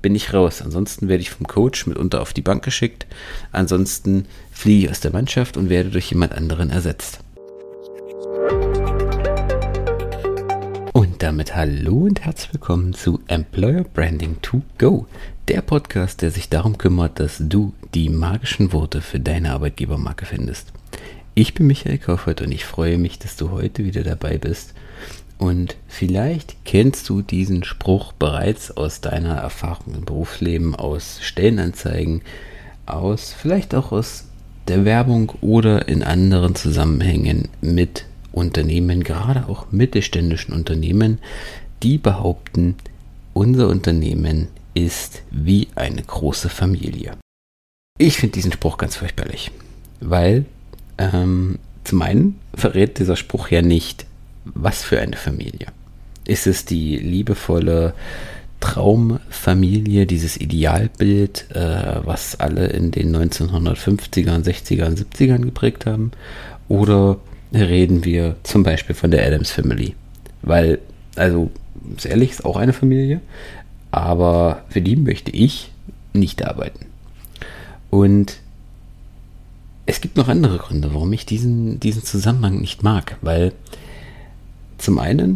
bin ich raus. Ansonsten werde ich vom Coach mitunter auf die Bank geschickt. Ansonsten fliege ich aus der Mannschaft und werde durch jemand anderen ersetzt. Und damit hallo und herzlich willkommen zu Employer Branding to Go, der Podcast, der sich darum kümmert, dass du die magischen Worte für deine Arbeitgebermarke findest. Ich bin Michael Kaufhold und ich freue mich, dass du heute wieder dabei bist. Und vielleicht kennst du diesen Spruch bereits aus deiner Erfahrung im Berufsleben, aus Stellenanzeigen, vielleicht auch aus der Werbung oder in anderen Zusammenhängen mit Unternehmen, gerade auch mittelständischen Unternehmen, die behaupten, unser Unternehmen ist wie eine große Familie. Ich finde diesen Spruch ganz fürchterlich, weil zum einen verrät dieser Spruch ja nicht, was für eine Familie. Ist es die liebevolle Traumfamilie, dieses Idealbild, was alle in den 1950ern, 60ern, 70ern geprägt haben? Oder reden wir zum Beispiel von der Addams Family? Weil, also, ist ehrlich, ist auch eine Familie, aber für die möchte ich nicht arbeiten. Und es gibt noch andere Gründe, warum ich diesen Zusammenhang nicht mag, weil zum einen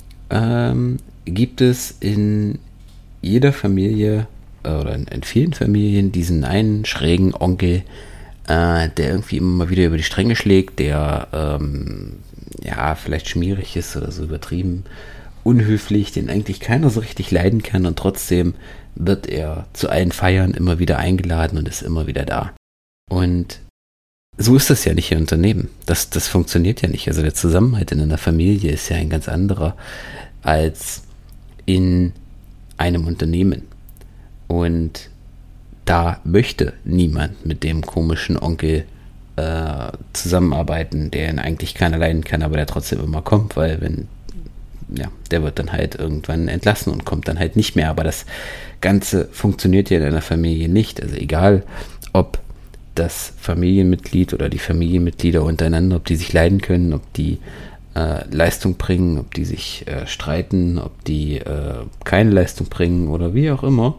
gibt es in jeder Familie oder in vielen Familien diesen einen schrägen Onkel, der irgendwie immer mal wieder über die Stränge schlägt, der vielleicht schmierig ist oder so übertrieben unhöflich, den eigentlich keiner so richtig leiden kann und trotzdem wird er zu allen Feiern immer wieder eingeladen und ist immer wieder da. Und so ist das ja nicht im Unternehmen. Das funktioniert ja nicht. Also der Zusammenhalt in einer Familie ist ja ein ganz anderer als in einem Unternehmen. Und da möchte niemand mit dem komischen Onkel zusammenarbeiten, der ihn eigentlich keiner leiden kann, aber der trotzdem immer kommt, weil der wird dann halt irgendwann entlassen und kommt dann halt nicht mehr. Aber das Ganze funktioniert ja in einer Familie nicht. Also egal, ob das Familienmitglied oder die Familienmitglieder untereinander, ob die sich leiden können, ob die Leistung bringen, ob die sich streiten, ob die keine Leistung bringen oder wie auch immer.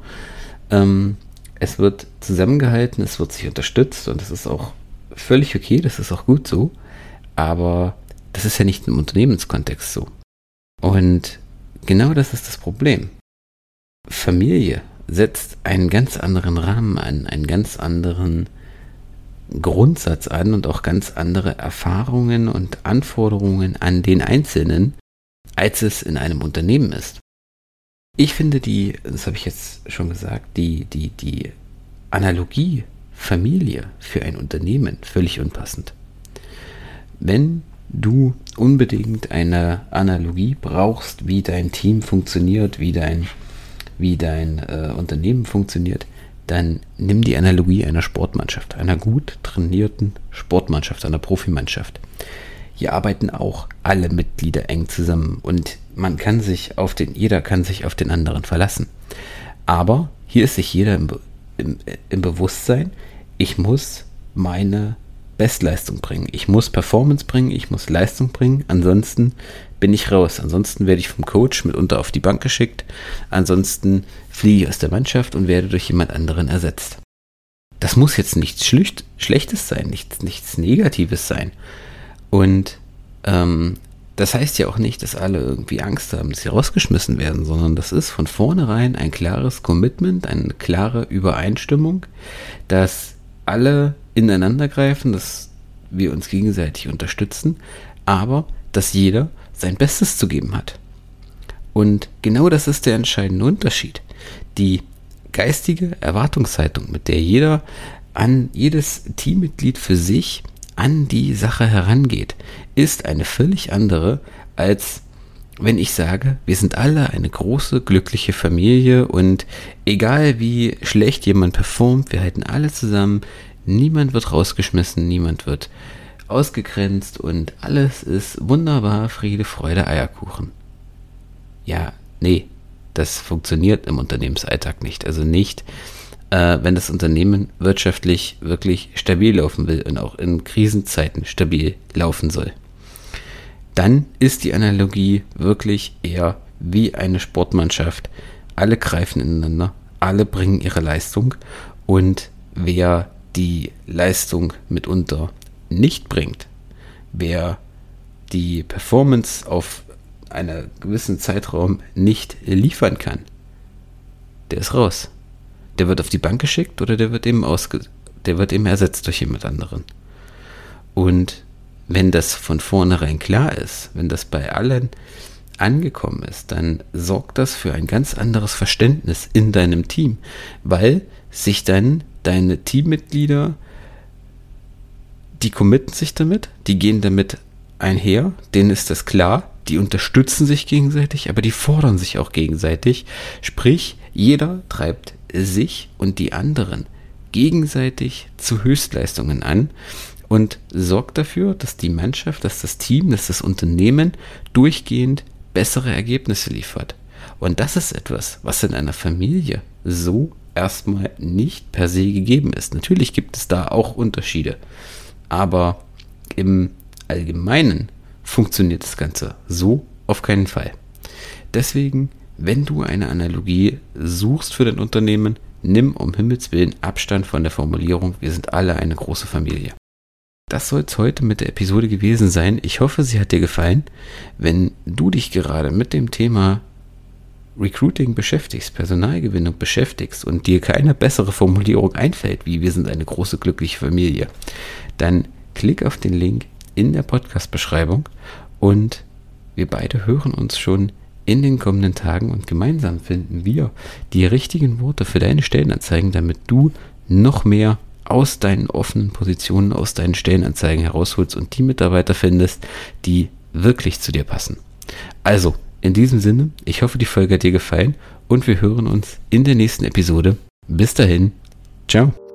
Es wird zusammengehalten, es wird sich unterstützt und das ist auch völlig okay, das ist auch gut so, aber das ist ja nicht im Unternehmenskontext so. Und genau das ist das Problem. Familie setzt einen ganz anderen Rahmen an, einen ganz anderen Grundsatz an und auch ganz andere Erfahrungen und Anforderungen an den Einzelnen, als es in einem Unternehmen ist. Ich finde das habe ich jetzt schon gesagt, die Analogie Familie für ein Unternehmen völlig unpassend. Wenn du unbedingt eine Analogie brauchst, wie dein Team funktioniert, wie dein Unternehmen funktioniert, dann nimm die Analogie einer Sportmannschaft, einer gut trainierten Sportmannschaft, einer Profimannschaft. Hier arbeiten auch alle Mitglieder eng zusammen und jeder kann sich auf den anderen verlassen. Aber hier ist sich jeder im Bewusstsein, ich muss meine Bestleistung bringen, ich muss Performance bringen, ich muss Leistung bringen, ansonsten bin ich raus. Ansonsten werde ich vom Coach mitunter auf die Bank geschickt. Ansonsten fliege ich aus der Mannschaft und werde durch jemand anderen ersetzt. Das muss jetzt nichts Schlechtes sein, nichts Negatives sein. Und das heißt ja auch nicht, dass alle irgendwie Angst haben, dass sie rausgeschmissen werden, sondern das ist von vornherein ein klares Commitment, eine klare Übereinstimmung, dass alle ineinander greifen, dass wir uns gegenseitig unterstützen, aber dass jeder sein Bestes zu geben hat. Und genau das ist der entscheidende Unterschied. Die geistige Erwartungshaltung, mit der jedes Teammitglied für sich an die Sache herangeht, ist eine völlig andere, als wenn ich sage, wir sind alle eine große, glückliche Familie und egal wie schlecht jemand performt, wir halten alle zusammen, niemand wird rausgeschmissen, niemand wird ausgegrenzt und alles ist wunderbar, Friede, Freude, Eierkuchen. Ja, nee, das funktioniert im Unternehmensalltag nicht. Also nicht, wenn das Unternehmen wirtschaftlich wirklich stabil laufen will und auch in Krisenzeiten stabil laufen soll. Dann ist die Analogie wirklich eher wie eine Sportmannschaft. Alle greifen ineinander, alle bringen ihre Leistung und wer die Leistung mitunter nicht bringt, wer die Performance auf einen gewissen Zeitraum nicht liefern kann, der ist raus. Der wird auf die Bank geschickt oder der wird eben ersetzt durch jemand anderen. Und wenn das von vornherein klar ist, wenn das bei allen angekommen ist, dann sorgt das für ein ganz anderes Verständnis in deinem Team, weil sich dann deine Teammitglieder, die committen sich damit, die gehen damit einher, denen ist das klar, die unterstützen sich gegenseitig, aber die fordern sich auch gegenseitig, sprich, jeder treibt sich und die anderen gegenseitig zu Höchstleistungen an und sorgt dafür, dass die Mannschaft, dass das Team, dass das Unternehmen durchgehend bessere Ergebnisse liefert. Und das ist etwas, was in einer Familie so erstmal nicht per se gegeben ist. Natürlich gibt es da auch Unterschiede, aber im Allgemeinen funktioniert das Ganze so auf keinen Fall. Deswegen, wenn du eine Analogie suchst für dein Unternehmen, nimm um Himmels Willen Abstand von der Formulierung, wir sind alle eine große Familie. Das soll es heute mit der Episode gewesen sein. Ich hoffe, sie hat dir gefallen. Wenn du dich gerade mit dem Thema Recruiting beschäftigst, Personalgewinnung beschäftigst und dir keine bessere Formulierung einfällt, wie wir sind eine große glückliche Familie, dann klick auf den Link in der Podcast-Beschreibung und wir beide hören uns schon in den kommenden Tagen und gemeinsam finden wir die richtigen Worte für deine Stellenanzeigen, damit du noch mehr aus deinen offenen Positionen, aus deinen Stellenanzeigen herausholst und die Mitarbeiter findest, die wirklich zu dir passen. Also, in diesem Sinne, ich hoffe, die Folge hat dir gefallen und wir hören uns in der nächsten Episode. Bis dahin, ciao.